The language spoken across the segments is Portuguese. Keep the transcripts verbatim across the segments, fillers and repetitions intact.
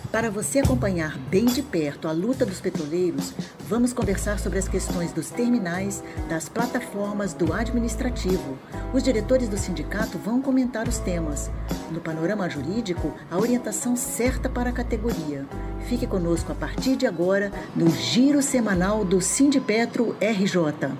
Para você acompanhar bem de perto a luta dos petroleiros, vamos conversar sobre as questões dos terminais, das plataformas, do administrativo. Os diretores do sindicato vão comentar os temas. No panorama jurídico, a orientação certa para a categoria. Fique conosco a partir de agora no Giro Semanal do Sindipetro R J.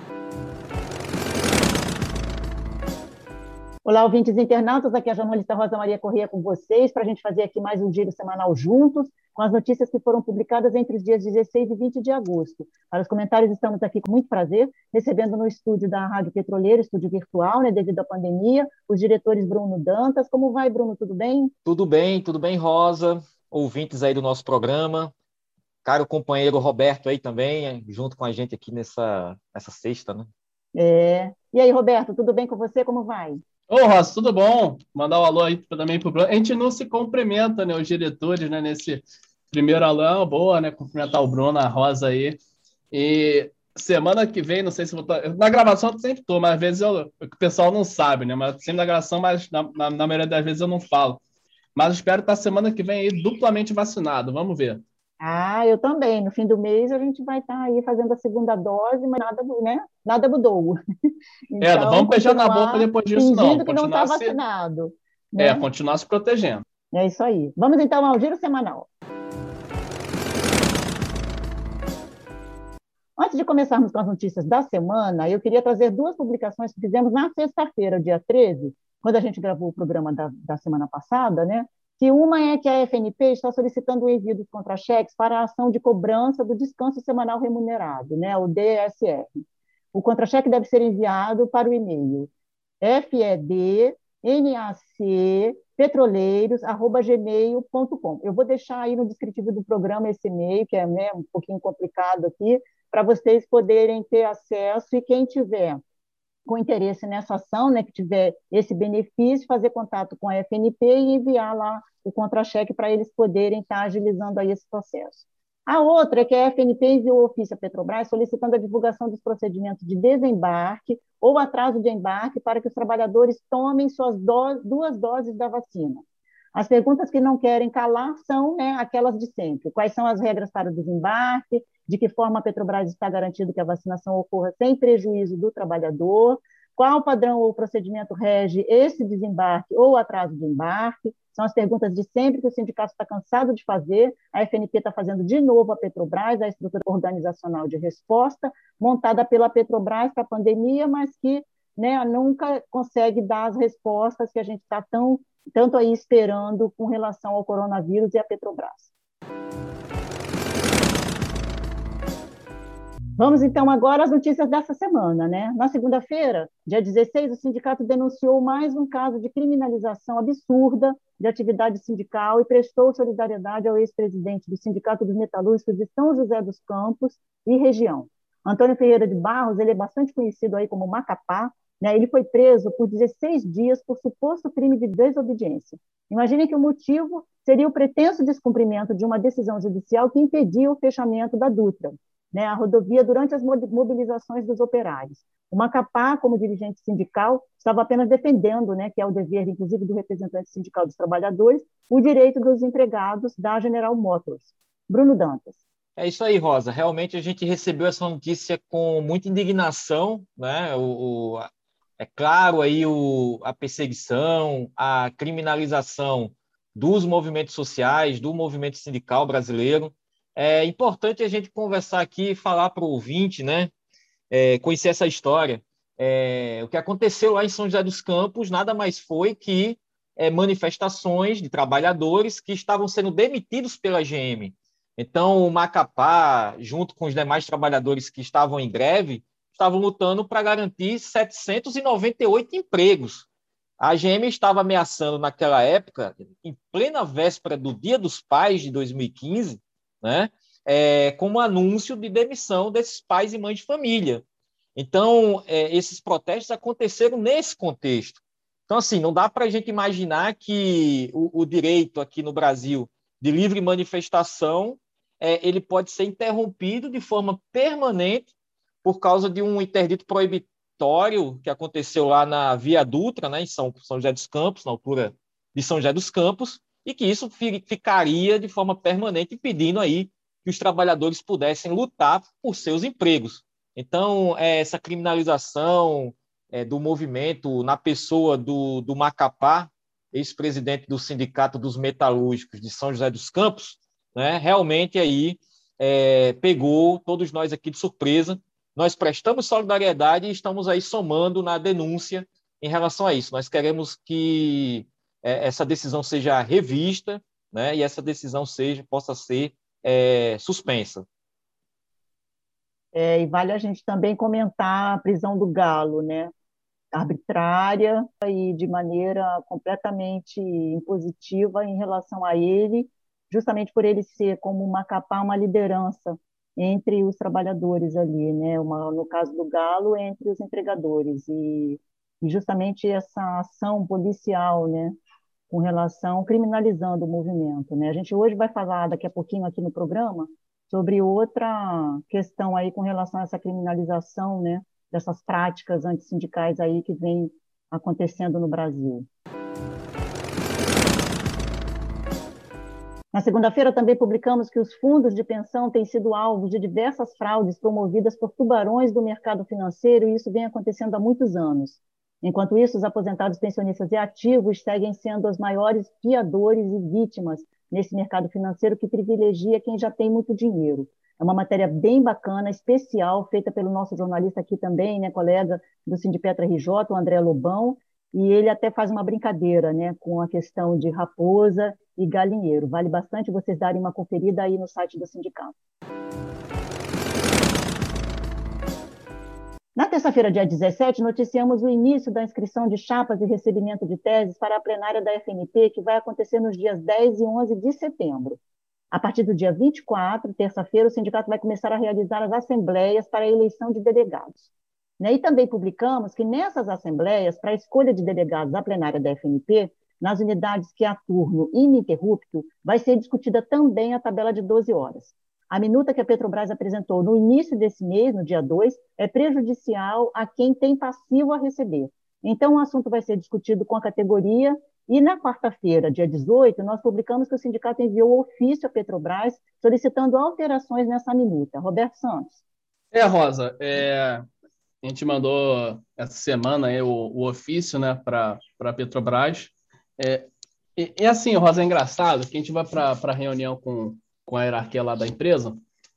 Olá, ouvintes internautas, aqui é a jornalista Rosa Maria Corrêa com vocês, para a gente fazer aqui mais um giro semanal juntos, com as notícias que foram publicadas entre os dias dezesseis e vinte de agosto. Para os comentários, estamos aqui com muito prazer, recebendo no estúdio da Rádio Petroleira, estúdio virtual, né, devido à pandemia, os diretores Bruno Dantas. Como vai, Bruno? Tudo bem? Tudo bem, tudo bem, Rosa. Ouvintes aí do nosso programa. Caro companheiro Roberto aí também, junto com a gente aqui nessa, nessa sexta, né? É. E aí, Roberto, tudo bem com você? Como vai? Ô, Ross, tudo bom? Mandar um alô aí também pro Bruno. A gente não se cumprimenta, né, os diretores, né, nesse primeiro alô, boa, né, cumprimentar o Bruno, a Rosa aí. E semana que vem, não sei se vou estar... Na gravação eu sempre tô, mas às vezes eu... o pessoal não sabe, né, mas sempre na gravação, mas na, na, na maioria das vezes eu não falo. Mas espero estar semana que vem aí duplamente vacinado, vamos ver. Ah, eu também. No fim do mês a gente vai estar aí fazendo a segunda dose, mas nada, né? Nada mudou. É, não Então, vamos beijar na continuar boca depois disso, não. fingindo que não está Continuar se... vacinado. É, Né? continuar se protegendo. É isso aí. Vamos então ao giro semanal. Antes de começarmos com as notícias da semana, eu queria trazer duas publicações que fizemos na sexta-feira, dia treze, quando a gente gravou o programa da, da semana passada, né? Que uma é que a F N P está solicitando o envio dos contra-cheques para a ação de cobrança do descanso semanal remunerado, né? O D S R. O contra-cheque deve ser enviado para o e-mail f e d n a c petroleiros arroba gmail ponto com. Eu vou deixar aí no descritivo do programa esse e-mail, que é, né, um pouquinho complicado aqui, para vocês poderem ter acesso, e quem tiver com interesse nessa ação, né, que tiver esse benefício, fazer contato com a F N P e enviar lá o contra-cheque para eles poderem estar agilizando aí esse processo. A outra é que a F N P enviou ofício à Petrobras solicitando a divulgação dos procedimentos de desembarque ou atraso de embarque para que os trabalhadores tomem suas do- duas doses da vacina. As perguntas que não querem calar são, né, aquelas de sempre. Quais são as regras para o desembarque? De que forma a Petrobras está garantindo que a vacinação ocorra sem prejuízo do trabalhador? Qual padrão ou procedimento rege esse desembarque ou atraso de embarque? São as perguntas de sempre que o sindicato está cansado de fazer. A F N P está fazendo de novo a Petrobras, a estrutura organizacional de resposta, montada pela Petrobras para a pandemia, mas que, né, nunca consegue dar as respostas que a gente está tão, tanto aí esperando com relação ao coronavírus e à Petrobras. Vamos, então, agora às notícias dessa semana, né? Na segunda-feira, dia dezesseis, o sindicato denunciou mais um caso de criminalização absurda de atividade sindical e prestou solidariedade ao ex-presidente do Sindicato dos Metalúrgicos de São José dos Campos e região. Antônio Ferreira de Barros, ele é bastante conhecido aí como Macapá, né? Ele foi preso por dezesseis dias por suposto crime de desobediência. Imaginem que o motivo seria o pretenso descumprimento de uma decisão judicial que impedia o fechamento da Dutra, né, a rodovia, durante as mobilizações dos operários. O Macapá, como dirigente sindical, estava apenas defendendo, né, que é o dever, inclusive, do representante sindical dos trabalhadores, o direito dos empregados da General Motors. Bruno Dantas. É isso aí, Rosa. Realmente a gente recebeu essa notícia com muita indignação, né? O, o, é claro aí o, a perseguição, a criminalização dos movimentos sociais, do movimento sindical brasileiro. É importante a gente conversar aqui e falar para o ouvinte, né? É, conhecer essa história. É, o que aconteceu lá em São José dos Campos nada mais foi que é, manifestações de trabalhadores que estavam sendo demitidos pela G M. Então, o Macapá, junto com os demais trabalhadores que estavam em greve, estavam lutando para garantir setecentos e noventa e oito empregos. A G M estava ameaçando, naquela época, em plena véspera do Dia dos Pais de dois mil e quinze, né, é, como anúncio de demissão desses pais e mães de família. Então, é, esses protestos aconteceram nesse contexto. Então, assim, não dá para a gente imaginar que o, o direito aqui no Brasil de livre manifestação é, ele pode ser interrompido de forma permanente por causa de um interdito proibitório que aconteceu lá na Via Dutra, né, em São, São José dos Campos, na altura de São José dos Campos, e que isso ficaria de forma permanente, impedindo aí que os trabalhadores pudessem lutar por seus empregos. Então, essa criminalização é, do movimento na pessoa do, do Macapá, ex-presidente do Sindicato dos Metalúrgicos de São José dos Campos, né, realmente aí é, pegou todos nós aqui de surpresa. Nós prestamos solidariedade e estamos aí somando na denúncia em relação a isso. Nós queremos que é, essa decisão seja revista, né, e essa decisão seja, possa ser é, suspensa. É, e vale a gente também comentar a prisão do Galo, né? Arbitrária e de maneira completamente impositiva em relação a ele, justamente por ele ser como um Macapá, uma liderança entre os trabalhadores ali, né? Uma, no caso do Galo, entre os empregadores. E, e justamente essa ação policial, né? Com relação, criminalizando o movimento, né? A gente hoje vai falar, daqui a pouquinho aqui no programa, sobre outra questão aí com relação a essa criminalização, né? Dessas práticas antissindicais aí que vem acontecendo no Brasil. Na segunda-feira também publicamos que os fundos de pensão têm sido alvos de diversas fraudes promovidas por tubarões do mercado financeiro, e isso vem acontecendo há muitos anos. Enquanto isso, os aposentados, pensionistas e ativos seguem sendo os maiores fiadores e vítimas nesse mercado financeiro que privilegia quem já tem muito dinheiro. É uma matéria bem bacana, especial, feita pelo nosso jornalista aqui também, né, colega do Sindipetra R J, o André Lobão, e ele até faz uma brincadeira, né, com a questão de raposa e galinheiro. Vale bastante vocês darem uma conferida aí no site do sindicato. Na terça-feira, dia dezessete, noticiamos o início da inscrição de chapas e recebimento de teses para a plenária da F N P, que vai acontecer nos dias dez e onze de setembro. A partir do dia vinte e quatro, terça-feira, o sindicato vai começar a realizar as assembleias para a eleição de delegados. E também publicamos que nessas assembleias, para a escolha de delegados à plenária da F N P, nas unidades que há turno ininterrupto, vai ser discutida também a tabela de doze horas. A minuta que a Petrobras apresentou no início desse mês, no dia dois, é prejudicial a quem tem passivo a receber. Então, o assunto vai ser discutido com a categoria e, na quarta-feira, dia dezoito, nós publicamos que o sindicato enviou ofício à Petrobras solicitando alterações nessa minuta. Roberto Santos. É, Rosa, é, a gente mandou essa semana aí, o, o ofício, né, para a Petrobras. É, e, e assim, Rosa, é engraçado que a gente vai para a reunião com com a hierarquia lá da empresa,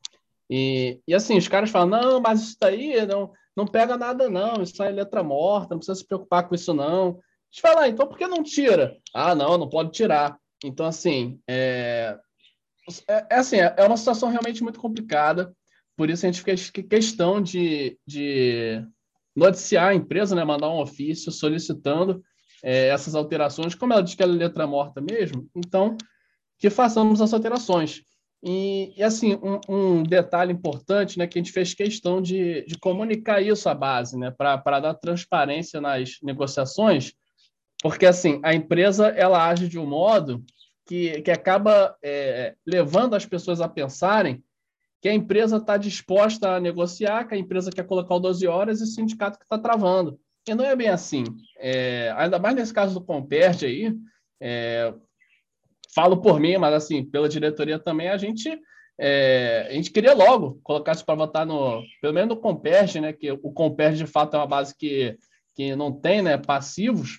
e, e assim, os caras falam, não, mas isso daí não, não pega nada não, isso aí é letra morta, não precisa se preocupar com isso não. A gente fala, ah, então por que não tira? Ah, não, não pode tirar. Então, assim, é, é, é, assim, é uma situação realmente muito complicada, por isso a gente fez questão de, de noticiar a empresa, né, mandar um ofício solicitando é, essas alterações, como ela diz que ela é letra morta mesmo, então que façamos as alterações. E, e assim, um, um detalhe importante, né, que a gente fez questão de, de comunicar isso à base, né, para dar transparência nas negociações, porque assim, a empresa ela age de um modo que, que acaba é, levando as pessoas a pensarem que a empresa está disposta a negociar, que a empresa quer colocar o doze horas e o sindicato que está travando. E não é bem assim. É, ainda mais nesse caso do Compert aí, é, falo por mim, mas assim, pela diretoria também, a gente, é, a gente queria logo colocar isso para votar no, pelo menos no Compert, né, que o Compert de fato é uma base que, que não tem, né, passivos.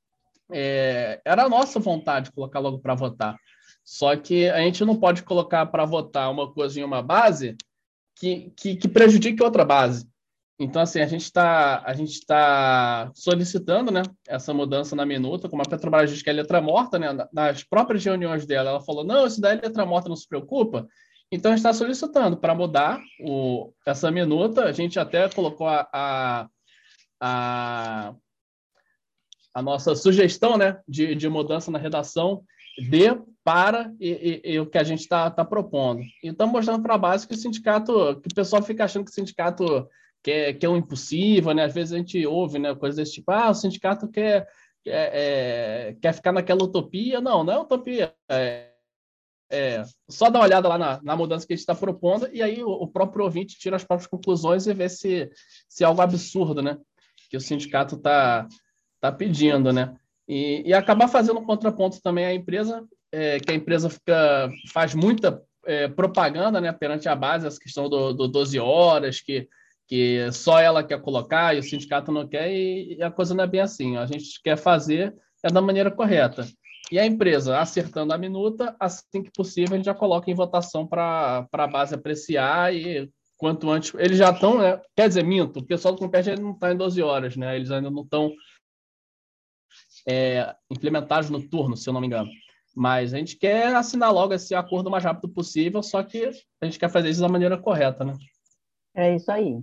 É, era a nossa vontade colocar logo para votar. Só que a gente não pode colocar para votar uma coisa em uma base que, que, que prejudique outra base. Então, assim, a gente está a gente tá solicitando, né, essa mudança na minuta, como a Petrobras diz que é letra morta, né, nas próprias reuniões dela, ela falou, não, isso daí é letra morta, não se preocupa. Então, a gente está solicitando para mudar o, essa minuta. A gente até colocou a, a, a, a nossa sugestão, né, de, de mudança na redação de, para e, e, e o que a gente está tá propondo. E estamos mostrando para a base que o sindicato, que o pessoal fica achando que o sindicato quer, quer um impossível, né? Às vezes a gente ouve, né, coisas desse tipo, ah, o sindicato quer, quer, é, quer ficar naquela utopia. Não, não é utopia. É, é só dar uma olhada lá na, na mudança que a gente está propondo e aí o, o próprio ouvinte tira as próprias conclusões e vê se, se é algo absurdo, né, que o sindicato está tá pedindo, né? E, e acabar fazendo um contraponto também à empresa, é, que a empresa fica, faz muita é, propaganda, né, perante a base, essa questão do, do doze horas, que, que só ela quer colocar e o sindicato não quer, e, e a coisa não é bem assim. A gente quer fazer é da maneira correta. E a empresa, acertando a minuta, assim que possível, a gente já coloca em votação para a base apreciar e quanto antes. Eles já estão, né? Quer dizer, minto, o pessoal do Compete não está em doze horas, né? Eles ainda não estão é, implementados no turno, se eu não me engano. Mas a gente quer assinar logo esse acordo o mais rápido possível, só que a gente quer fazer isso da maneira correta, né? É isso aí.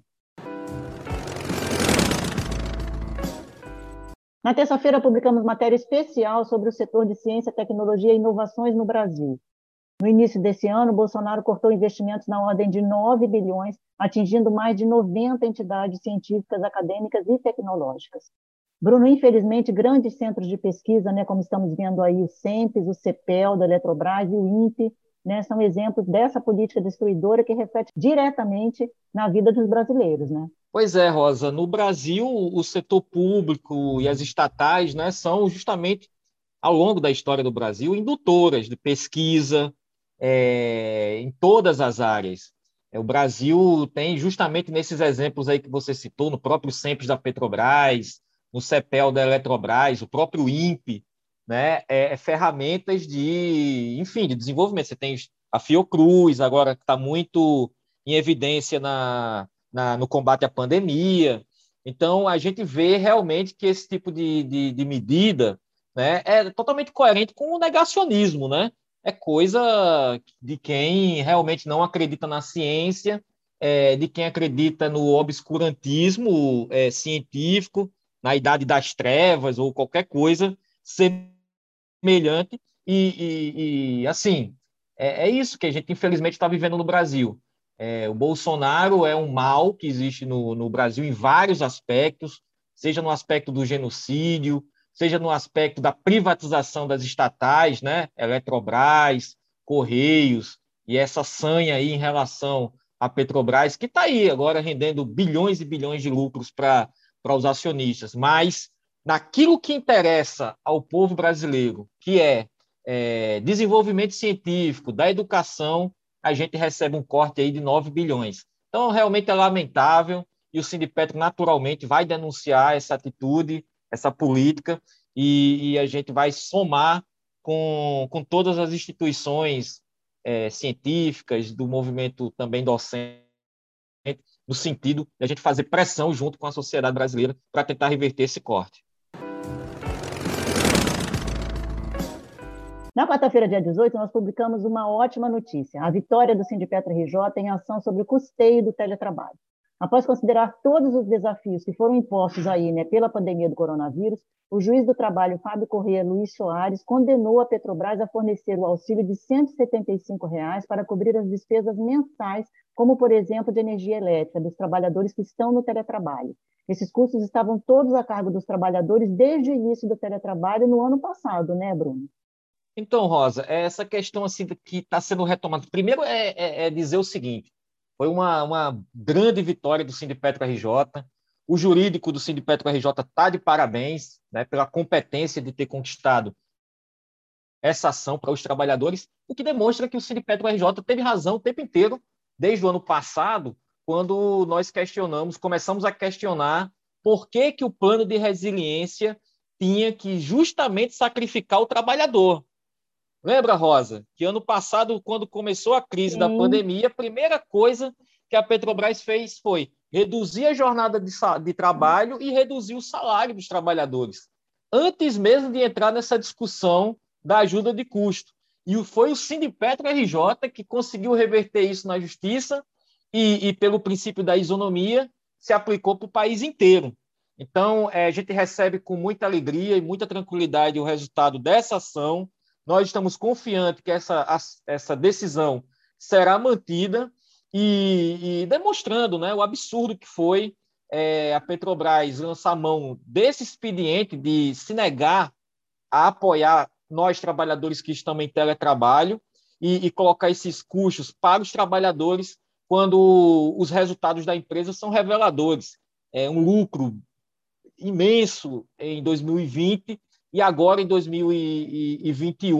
Na terça-feira, publicamos matéria especial sobre o setor de ciência, tecnologia e inovações no Brasil. No início desse ano, Bolsonaro cortou investimentos na ordem de nove bilhões, atingindo mais de noventa entidades científicas, acadêmicas e tecnológicas. Bruno, infelizmente, grandes centros de pesquisa, né, como estamos vendo aí o SEMPES, o CEPEL da Eletrobras e o INPE, né, são exemplos dessa política destruidora que reflete diretamente na vida dos brasileiros, né? Pois é, Rosa. No Brasil, o setor público e as estatais, né, são justamente, ao longo da história do Brasil, indutoras de pesquisa é, em todas as áreas. É, o Brasil tem justamente nesses exemplos aí que você citou, no próprio SEMPES da Petrobras, no CEPEL da Eletrobras, o próprio INPE, né, é, é ferramentas de, enfim, de desenvolvimento. Você tem a Fiocruz, agora que está muito em evidência na, na, no combate à pandemia. Então, a gente vê realmente que esse tipo de, de, de medida, né, é totalmente coerente com o negacionismo, né? É coisa de quem realmente não acredita na ciência, é, de quem acredita no obscurantismo é, científico, na idade das trevas ou qualquer coisa semelhante. E, e, e assim, é, é isso que a gente infelizmente está vivendo no Brasil. É, o Bolsonaro é um mal que existe no, no Brasil em vários aspectos, seja no aspecto do genocídio, seja no aspecto da privatização das estatais, né? Eletrobras, Correios, e essa sanha aí em relação à Petrobras, que está aí agora rendendo bilhões e bilhões de lucros para para os acionistas. Mas naquilo que interessa ao povo brasileiro, que é, é desenvolvimento científico, da educação, a gente recebe um corte aí de nove bilhões. Então, realmente é lamentável, e o Sindipetro naturalmente vai denunciar essa atitude, essa política, e, e a gente vai somar com, com todas as instituições é, científicas, do movimento também docente, no sentido de a gente fazer pressão junto com a sociedade brasileira para tentar reverter esse corte. Na quarta-feira, dia dezoito, nós publicamos uma ótima notícia: a vitória do Sindipetro R J em ação sobre o custeio do teletrabalho. Após considerar todos os desafios que foram impostos aí, né, pela pandemia do coronavírus, o juiz do trabalho, Fábio Corrêa Luiz Soares, condenou a Petrobras a fornecer o auxílio de cento e setenta e cinco reais para cobrir as despesas mensais, como, por exemplo, de energia elétrica, dos trabalhadores que estão no teletrabalho. Esses custos estavam todos a cargo dos trabalhadores desde o início do teletrabalho no ano passado, né, Bruno? Então, Rosa, essa questão assim que está sendo retomada. Primeiro é, é, é dizer o seguinte: foi uma, uma grande vitória do Sindipetro R J. O jurídico do Sindipetro R J está de parabéns, né, pela competência de ter conquistado essa ação para os trabalhadores, o que demonstra que o Sindipetro R J teve razão o tempo inteiro, desde o ano passado, quando nós questionamos, começamos a questionar por que, que o plano de resiliência tinha que justamente sacrificar o trabalhador. Lembra, Rosa, que ano passado, quando começou a crise Sim. da pandemia, a primeira coisa que a Petrobras fez foi reduzir a jornada de, de trabalho e reduzir o salário dos trabalhadores, antes mesmo de entrar nessa discussão da ajuda de custo. E foi o Sindipetro R J que conseguiu reverter isso na justiça e, e pelo princípio da isonomia, se aplicou para o país inteiro. Então, é, a gente recebe com muita alegria e muita tranquilidade o resultado dessa ação. Nós estamos confiantes que essa, essa decisão será mantida e, e demonstrando, né, o absurdo que foi é, a Petrobras lançar mão desse expediente de se negar a apoiar nós, trabalhadores que estamos em teletrabalho, e, e colocar esses custos para os trabalhadores quando os resultados da empresa são reveladores. É um lucro imenso em dois mil e vinte e agora em dois mil e vinte e um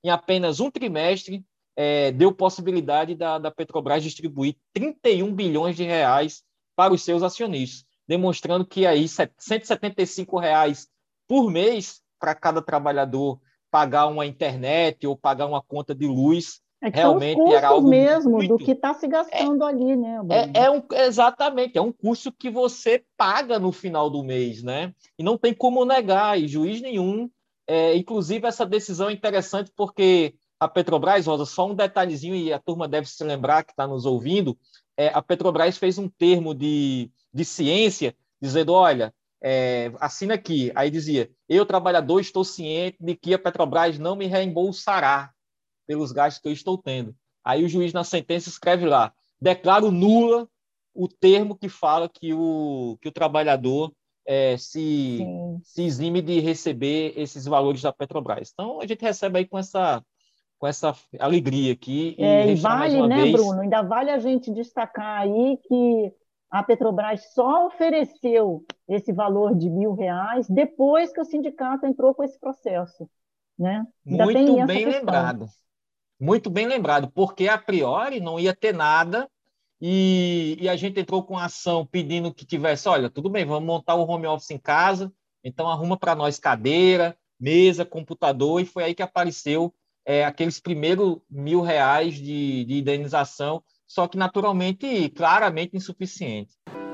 em apenas um trimestre, é, deu possibilidade da, da Petrobras distribuir trinta e um bilhões de reais para os seus acionistas, demonstrando que aí cento e setenta e cinco reais por mês para cada trabalhador pagar uma internet ou pagar uma conta de luz, É que realmente são os era custos algo mesmo muito... do que está se gastando é, ali, né, Bruno? É, é um, exatamente, é um custo que você paga no final do mês, né? E não tem como negar, e juiz nenhum. É, inclusive, essa decisão é interessante porque a Petrobras, Rosa, só um detalhezinho, e a turma deve se lembrar que está nos ouvindo, é, a Petrobras fez um termo de, de ciência, dizendo, olha, é, assina aqui. Aí dizia, eu, trabalhador, estou ciente de que a Petrobras não me reembolsará pelos gastos que eu estou tendo. Aí o juiz, na sentença, escreve lá, declaro nula o termo que fala que o, que o trabalhador é, se, se exime de receber esses valores da Petrobras. Então, a gente recebe aí com essa, com essa alegria aqui e é, registrar vale, mais uma né, vez... Bruno? Ainda vale a gente destacar aí que a Petrobras só ofereceu esse valor de mil reais depois que o sindicato entrou com esse processo, né? Ainda Muito tem essa bem questão. lembrado. Muito bem lembrado, porque a priori não ia ter nada e, e a gente entrou com a ação pedindo que tivesse, olha, tudo bem, vamos montar o home office em casa, então arruma para nós cadeira, mesa, computador, e foi aí que apareceu é, aqueles primeiros mil reais de, de indenização, só que naturalmente, claramente insuficiente.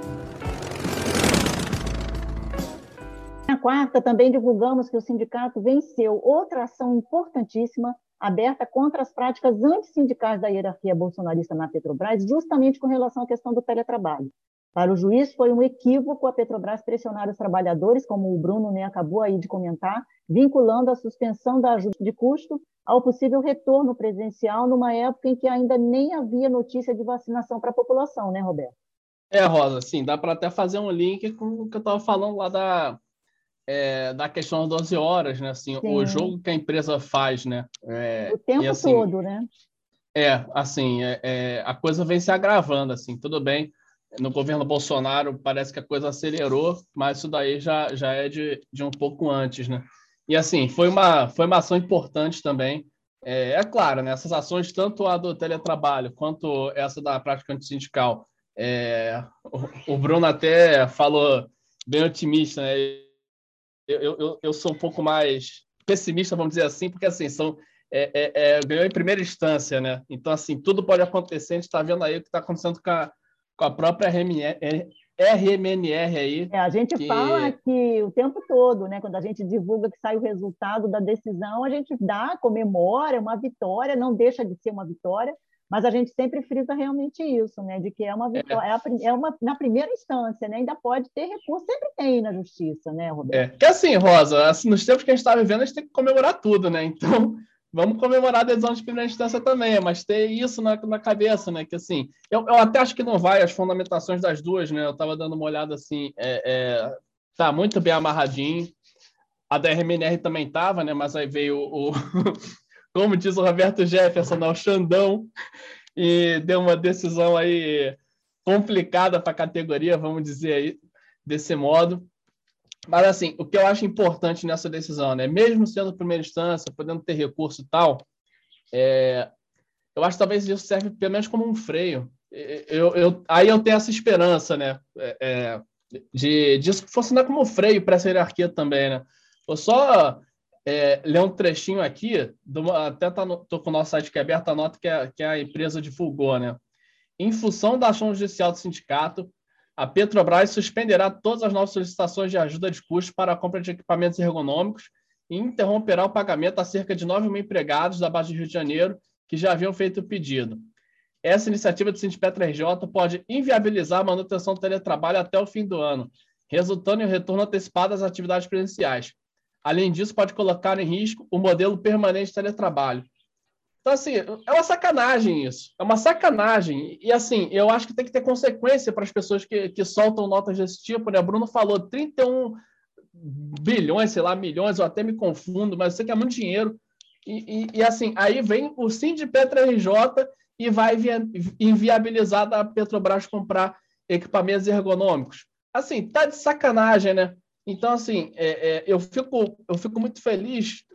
Na quarta, também divulgamos que o sindicato venceu outra ação importantíssima aberta contra as práticas antissindicais da hierarquia bolsonarista na Petrobras, justamente com relação à questão do teletrabalho. Para o juiz, foi um equívoco a Petrobras pressionar os trabalhadores, como o Bruno, né, acabou aí de comentar, vinculando a suspensão da ajuste de custo ao possível retorno presencial numa época em que ainda nem havia notícia de vacinação para a população, né, Roberto? É, Rosa, sim, dá para até fazer um link com o que eu estava falando lá da, é, da questão das doze horas, né? Assim, Sim. o jogo que a empresa faz, né? É, o tempo e, assim, todo, né? É, assim, é, é, a coisa vem se agravando, assim, tudo bem. No governo Bolsonaro parece que a coisa acelerou, mas isso daí já, já é de, de um pouco antes, né? E, assim, foi uma, foi uma ação importante também. É, é claro, né? Essas ações, tanto a do teletrabalho quanto essa da prática antissindical, é, o, o Bruno até falou bem otimista, né? Eu, eu, eu sou um pouco mais pessimista, vamos dizer assim, porque, assim, são É, é, é, ganhou em primeira instância, né? Então, assim, tudo pode acontecer. A gente está vendo aí o que está acontecendo com a, com a própria R M N R aí. É, a gente que... fala que o tempo todo, né? Quando a gente divulga que sai o resultado da decisão, a gente dá, comemora uma vitória, não deixa de ser uma vitória, mas a gente sempre frisa realmente isso, né? De que é uma vitória, é, é uma na primeira instância, né? Ainda pode ter recurso, sempre tem na justiça, né, Roberto? É, que assim, Rosa, assim, nos tempos que a gente está vivendo, a gente tem que comemorar tudo, né? Então, vamos comemorar a adesão de primeira instância também, mas ter isso na, na cabeça, né? Que assim, eu, eu até acho que não vai as fundamentações das duas, né? Eu estava dando uma olhada assim, é, é, tá muito bem amarradinho. A da R M N R também estava, né? Mas aí veio o, o como diz o Roberto Jefferson, né? O Xandão, e deu uma decisão aí complicada para a categoria, vamos dizer aí, desse modo. Mas, assim, o que eu acho importante nessa decisão, né? Mesmo sendo primeira instância, podendo ter recurso e tal, é... eu acho que talvez isso serve pelo menos como um freio. Eu, eu... Aí eu tenho essa esperança, né? É... De disso funcionar como um freio para essa hierarquia também, né? Vou só é, ler um trechinho aqui, do... até tá no... tô com o nosso site que é aberto, a nota que a, que a empresa divulgou, né? Em função da ação judicial do sindicato, a Petrobras suspenderá todas as novas solicitações de ajuda de custo para a compra de equipamentos ergonômicos e interromperá o pagamento a cerca de nove mil empregados da base do Rio de Janeiro que já haviam feito o pedido. Essa iniciativa do Sindipetra R J pode inviabilizar a manutenção do teletrabalho até o fim do ano, resultando em um retorno antecipado às atividades presenciais. Além disso, pode colocar em risco o modelo permanente de teletrabalho. Então, assim, é uma sacanagem isso. É uma sacanagem. E, assim, eu acho que tem que ter consequência para as pessoas que, que soltam notas desse tipo, né? O Bruno falou trinta e um bilhões, sei lá, milhões, eu até me confundo, mas eu sei que é muito dinheiro. E, e, e assim, aí vem o Sindipetra R J e vai inviabilizar da Petrobras comprar equipamentos ergonômicos. Assim, tá de sacanagem, né? Então, assim, é, é, eu, fico, eu fico muito feliz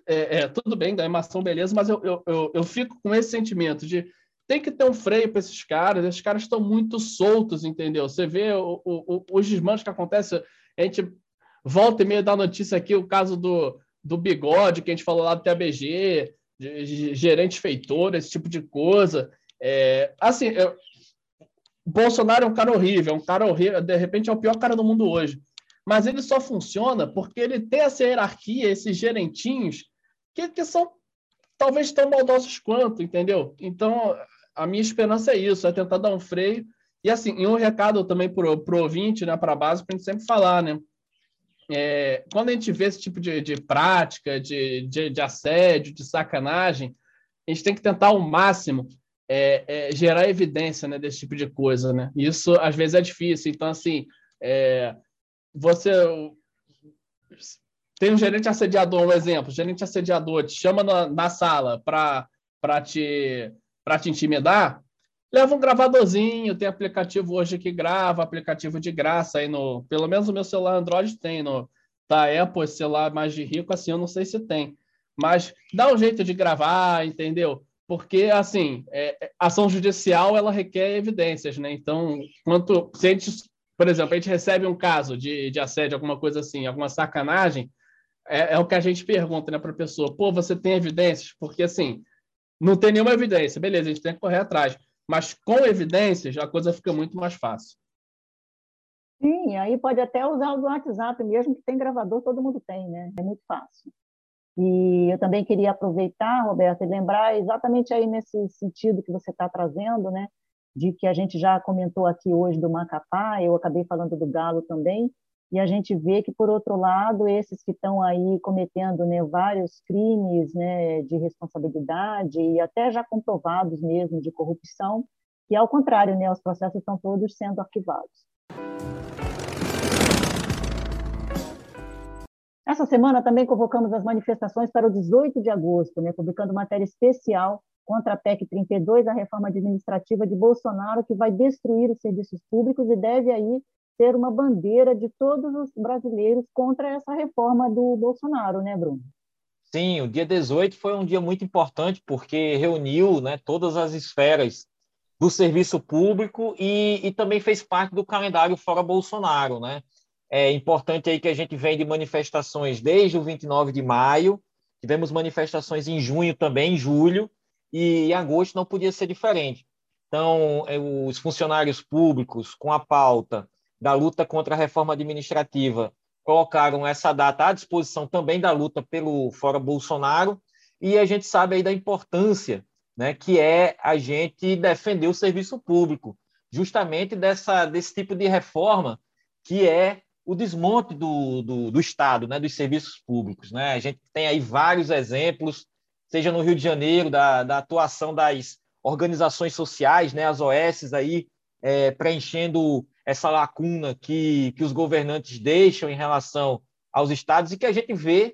é, é, tudo bem, ganhar uma ação, beleza, mas eu, eu, eu, eu fico com esse sentimento de tem que ter um freio para esses caras, esses caras estão muito soltos, entendeu? Você vê o, o, os desmandos que acontecem, a gente volta e meia dá notícia aqui, o caso do, do Bigode, que a gente falou lá do T A B G, de, de gerente feitor, esse tipo de coisa. É, assim, eu, Bolsonaro é um cara horrível, é um cara horrível, de repente é o pior cara do mundo hoje. Mas ele só funciona porque ele tem essa hierarquia, esses gerentinhos, que, que são talvez tão maldosos quanto, entendeu? Então, a minha esperança é isso, é tentar dar um freio. E, assim, e um recado também para o ouvinte, né, para a base, para a gente sempre falar, né? É, quando a gente vê esse tipo de, de prática, de, de, de assédio, de sacanagem, a gente tem que tentar ao máximo é, é, gerar evidência, né, desse tipo de coisa, né? Isso, às vezes, é difícil. Então, assim, é, você... Tem um gerente assediador, um exemplo, gerente assediador te chama na, na sala para te, para te intimidar, leva um gravadorzinho, tem aplicativo hoje que grava, aplicativo de graça, aí no, pelo menos o meu celular Android tem, no da Apple, esse celular mais de rico, assim, eu não sei se tem, mas dá um jeito de gravar, entendeu? Porque, assim, é, ação judicial, ela requer evidências, né? Então, quanto, se a gente, por exemplo, a gente recebe um caso de, de assédio, alguma coisa assim, alguma sacanagem, é, é o que a gente pergunta, né, para a pessoa, pô, você tem evidências? Porque, assim, não tem nenhuma evidência, beleza, a gente tem que correr atrás, mas com evidências a coisa fica muito mais fácil. Sim, aí pode até usar o do WhatsApp mesmo, que tem gravador, todo mundo tem, né? É muito fácil. E eu também queria aproveitar, Roberto, e lembrar exatamente aí nesse sentido que você está trazendo, né? De que a gente já comentou aqui hoje do Macapá, eu acabei falando do Galo também, e a gente vê que, por outro lado, esses que estão aí cometendo, né, vários crimes, né, de responsabilidade e até já comprovados mesmo de corrupção, e ao contrário, né, os processos estão todos sendo arquivados. Essa semana também convocamos as manifestações para o dezoito de agosto, né, publicando matéria especial contra a P E C trinta e dois, a reforma administrativa de Bolsonaro, que vai destruir os serviços públicos e deve aí ter uma bandeira de todos os brasileiros contra essa reforma do Bolsonaro, né, Bruno? Sim, o dia dezoito foi um dia muito importante porque reuniu, né, todas as esferas do serviço público e, e também fez parte do calendário Fora Bolsonaro, né? É importante aí que a gente vem de manifestações desde o vinte e nove de maio, tivemos manifestações em junho também, em julho, e em agosto não podia ser diferente. Então, os funcionários públicos, com a pauta da luta contra a reforma administrativa, colocaram essa data à disposição também da luta pelo Fora Bolsonaro, e a gente sabe aí da importância, né, que é a gente defender o serviço público, justamente dessa, desse tipo de reforma que é o desmonte do, do, do Estado, né, dos serviços públicos. Né? A gente tem aí vários exemplos, seja no Rio de Janeiro, da, da atuação das organizações sociais, né, as O S aí, é, preenchendo essa lacuna que, que os governantes deixam em relação aos estados e que a gente vê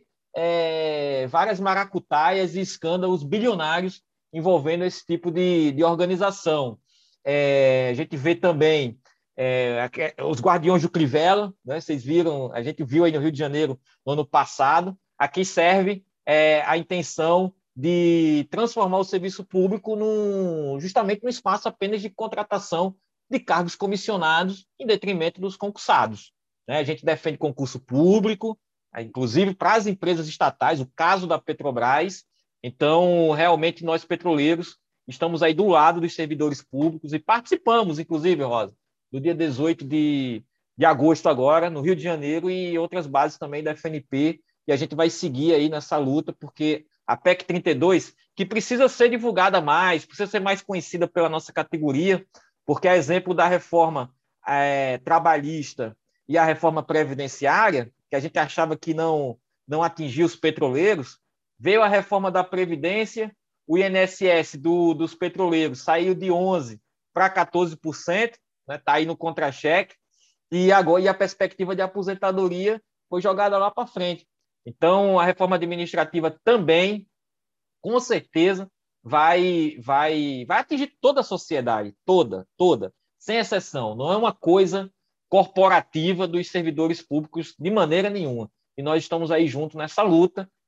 é, várias maracutaias e escândalos bilionários envolvendo esse tipo de, de organização. É, a gente vê também é, os Guardiões do Crivella, né? Vocês viram, a gente viu aí no Rio de Janeiro no ano passado. Aqui serve é, a intenção de transformar o serviço público num, justamente num espaço apenas de contratação de cargos comissionados em detrimento dos concursados. Né? A gente defende concurso público, inclusive para as empresas estatais, o caso da Petrobras. Então, realmente, nós petroleiros estamos aí do lado dos servidores públicos e participamos, inclusive, Rosa, do dia dezoito de, de agosto agora, no Rio de Janeiro, e outras bases também da F N P, e a gente vai seguir aí nessa luta, porque a P E C trinta e dois, que precisa ser divulgada mais, precisa ser mais conhecida pela nossa categoria, porque a exemplo da reforma é, trabalhista e a reforma previdenciária, que a gente achava que não, não atingia os petroleiros, veio a reforma da Previdência, o I N S S do, dos petroleiros saiu de onze por cento para quatorze por cento, está, né, aí no contra-cheque, e agora e a perspectiva de aposentadoria foi jogada lá para frente. Então, a reforma administrativa também, com certeza, vai, vai, vai atingir toda a sociedade, toda, toda, sem exceção. Não é uma coisa corporativa dos servidores públicos de maneira nenhuma. E nós estamos aí juntos nessa luta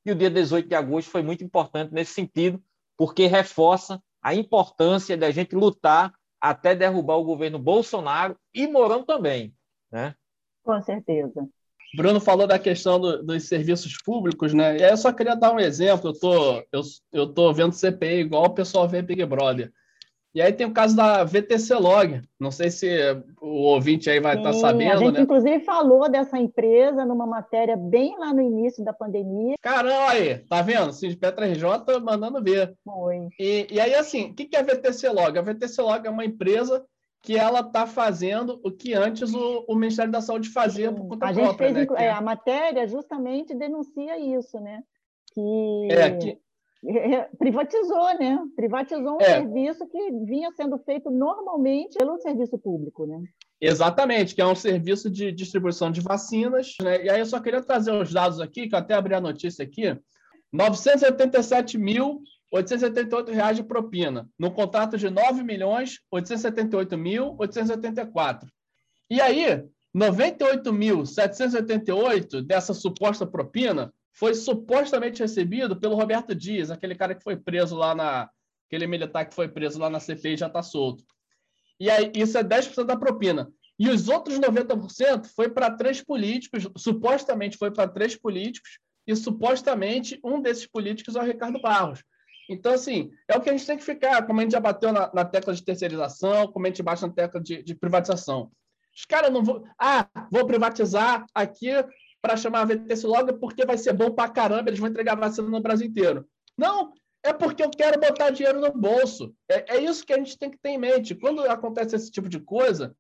E o dia dezoito de agosto foi muito importante nesse sentido, porque reforça a importância da gente lutar até derrubar o governo Bolsonaro e Mourão também, né? Com certeza. Bruno falou da questão do, dos serviços públicos, né? E aí eu só queria dar um exemplo. Eu tô, eu, eu tô vendo C P I igual o pessoal vê Big Brother. E aí tem o caso da V T C Log. Não sei se o ouvinte aí vai estar sabendo, a gente, né? inclusive, falou dessa empresa numa matéria bem lá no início da pandemia. Caramba, aí, tá vendo? Sindipetro R J mandando ver. Foi. E, e aí, assim, o que é a V T C Log? A V T C Log é uma empresa que ela está fazendo o que antes o, o Ministério da Saúde fazia por conta a gente própria, fez, né? é, a matéria justamente denuncia isso, né? Que, é, que... privatizou, né? Privatizou um é. serviço que vinha sendo feito normalmente pelo serviço público, né? Exatamente, que é um serviço de distribuição de vacinas, né? E aí eu só queria trazer os dados aqui, que eu até abri a notícia aqui, novecentos e oitenta e sete mil oitocentos e setenta e oito reais de propina, no contrato de nove milhões oitocentos e setenta e oito mil oitocentos e oitenta e quatro. E aí, noventa e oito mil setecentos e oitenta e oito dessa suposta propina foi supostamente recebido pelo Roberto Dias, aquele cara que foi preso lá na... aquele militar que foi preso lá na C P I e já está solto. E aí, isso é dez por cento da propina. E os outros noventa por cento foi para três políticos, supostamente foi para três políticos, e supostamente um desses políticos é o Ricardo Barros. Então, assim, é o que a gente tem que ficar, como a gente já bateu na, na tecla de terceirização, como a gente bate na tecla de, de privatização. Os caras não vão... Ah, vou privatizar aqui para chamar a V T C logo porque vai ser bom para caramba, eles vão entregar vacina no Brasil inteiro. Não, é porque eu quero botar dinheiro no bolso. É, é isso que a gente tem que ter em mente. Quando acontece esse tipo de coisa,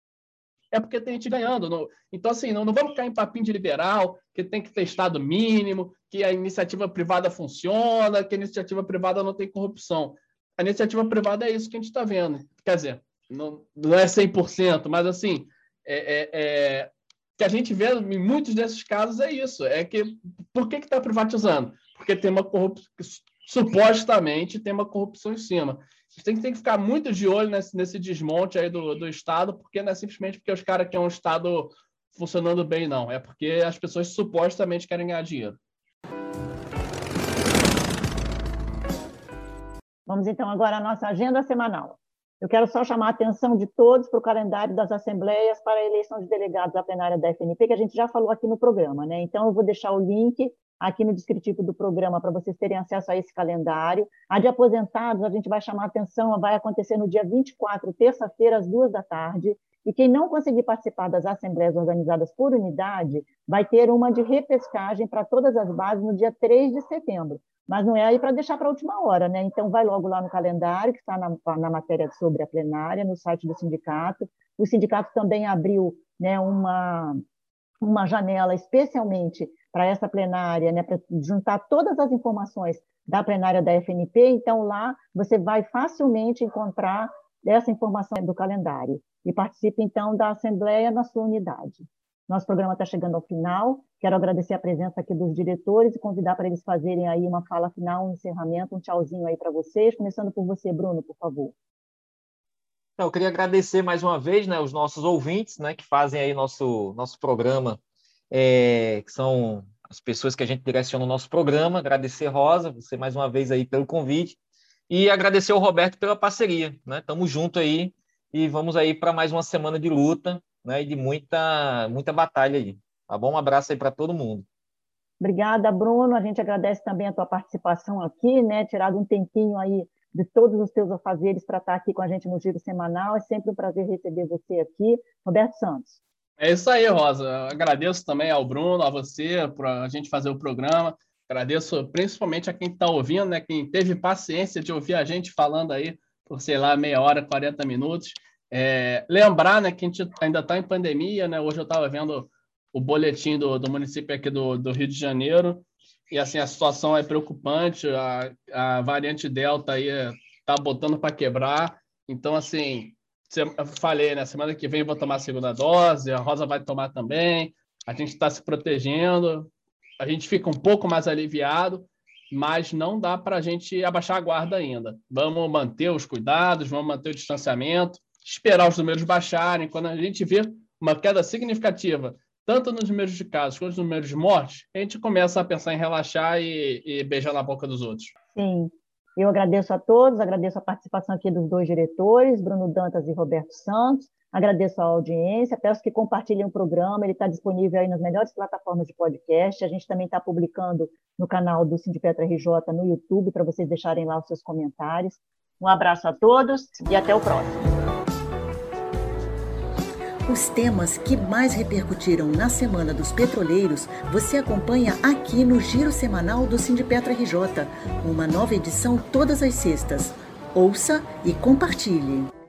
é porque tem gente ganhando. No... Então, assim, não, não vamos ficar em papinho de liberal, que tem que ter Estado mínimo, que a iniciativa privada funciona, que a iniciativa privada não tem corrupção. A iniciativa privada é isso que a gente está vendo. Quer dizer, não, não é cem por cento, mas, assim, é, é, é... que a gente vê em muitos desses casos é isso. É que, por que está privatizando? Porque tem uma corrupção, supostamente tem uma corrupção em cima. A gente tem que, tem que ficar muito de olho nesse, nesse desmonte aí do, do Estado, porque não é simplesmente porque os caras querem um Estado funcionando bem, não. É porque as pessoas supostamente querem ganhar dinheiro. Vamos, então, agora à nossa agenda semanal. Eu quero só chamar a atenção de todos para o calendário das assembleias para a eleição de delegados à plenária da F N P, que a gente já falou aqui no programa, né? Então, eu vou deixar o link aqui no descritivo do programa para vocês terem acesso a esse calendário. A de aposentados, a gente vai chamar a atenção, vai acontecer no dia vinte e quatro, terça-feira, às duas da tarde, e quem não conseguir participar das assembleias organizadas por unidade vai ter uma de repescagem para todas as bases no dia três de setembro. Mas não é aí para deixar para a última hora, né? Então, vai logo lá no calendário, que está na, na matéria sobre a plenária, no site do sindicato. O sindicato também abriu, né, uma, uma janela especialmente para essa plenária, né, para juntar todas as informações da plenária da F N P. Então, lá você vai facilmente encontrar essa informação do calendário. E participe, então, da assembleia na sua unidade. Nosso programa está chegando ao final. Quero agradecer a presença aqui dos diretores e convidar para eles fazerem aí uma fala final, um encerramento, um tchauzinho aí para vocês. Começando por você, Bruno, por favor. Então, eu queria agradecer mais uma vez, né, os nossos ouvintes, né, que fazem aí nosso, nosso programa, é, que são as pessoas que a gente direciona o nosso programa. Agradecer, Rosa, você mais uma vez aí pelo convite. E agradecer ao Roberto pela parceria, né? Tamo junto aí e vamos aí para mais uma semana de luta, né, e de muita, muita batalha aí. Tá bom? Um abraço aí para todo mundo. Obrigada, Bruno. A gente agradece também a tua participação aqui, né? Tirado um tempinho aí de todos os teus afazeres para estar aqui com a gente no Giro Semanal. É sempre um prazer receber você aqui. Roberto Santos. É isso aí, Rosa. Eu agradeço também ao Bruno, a você, por a gente fazer o programa. Agradeço principalmente a quem está ouvindo, né? Quem teve paciência de ouvir a gente falando aí por, sei lá, meia hora, quarenta minutos. É, lembrar, né, que a gente ainda está em pandemia, né? Hoje eu estava vendo o boletim do, do município aqui do, do Rio de Janeiro e, assim, a situação é preocupante, a, a variante Delta aí está botando para quebrar. Então, assim, eu falei, né, semana que vem eu vou tomar a segunda dose, a Rosa vai tomar também, a gente está se protegendo, a gente fica um pouco mais aliviado, mas não dá para a gente abaixar a guarda ainda. Vamos manter os cuidados, vamos manter o distanciamento, esperar os números baixarem. Quando a gente vê uma queda significativa tanto nos números de casos quanto nos números de mortes, a gente começa a pensar em relaxar e, e beijar na boca dos outros. Sim, eu agradeço a todos, agradeço a participação aqui dos dois diretores, Bruno Dantas e Roberto Santos, agradeço a audiência, peço que compartilhem o programa, ele está disponível aí nas melhores plataformas de podcast, a gente também está publicando no canal do Sindipetra R J no YouTube, para vocês deixarem lá os seus comentários. Um abraço a todos e até o próximo. Os temas que mais repercutiram na Semana dos Petroleiros, você acompanha aqui no Giro Semanal do Sindipetra R J, uma nova edição todas as sextas. Ouça e compartilhe.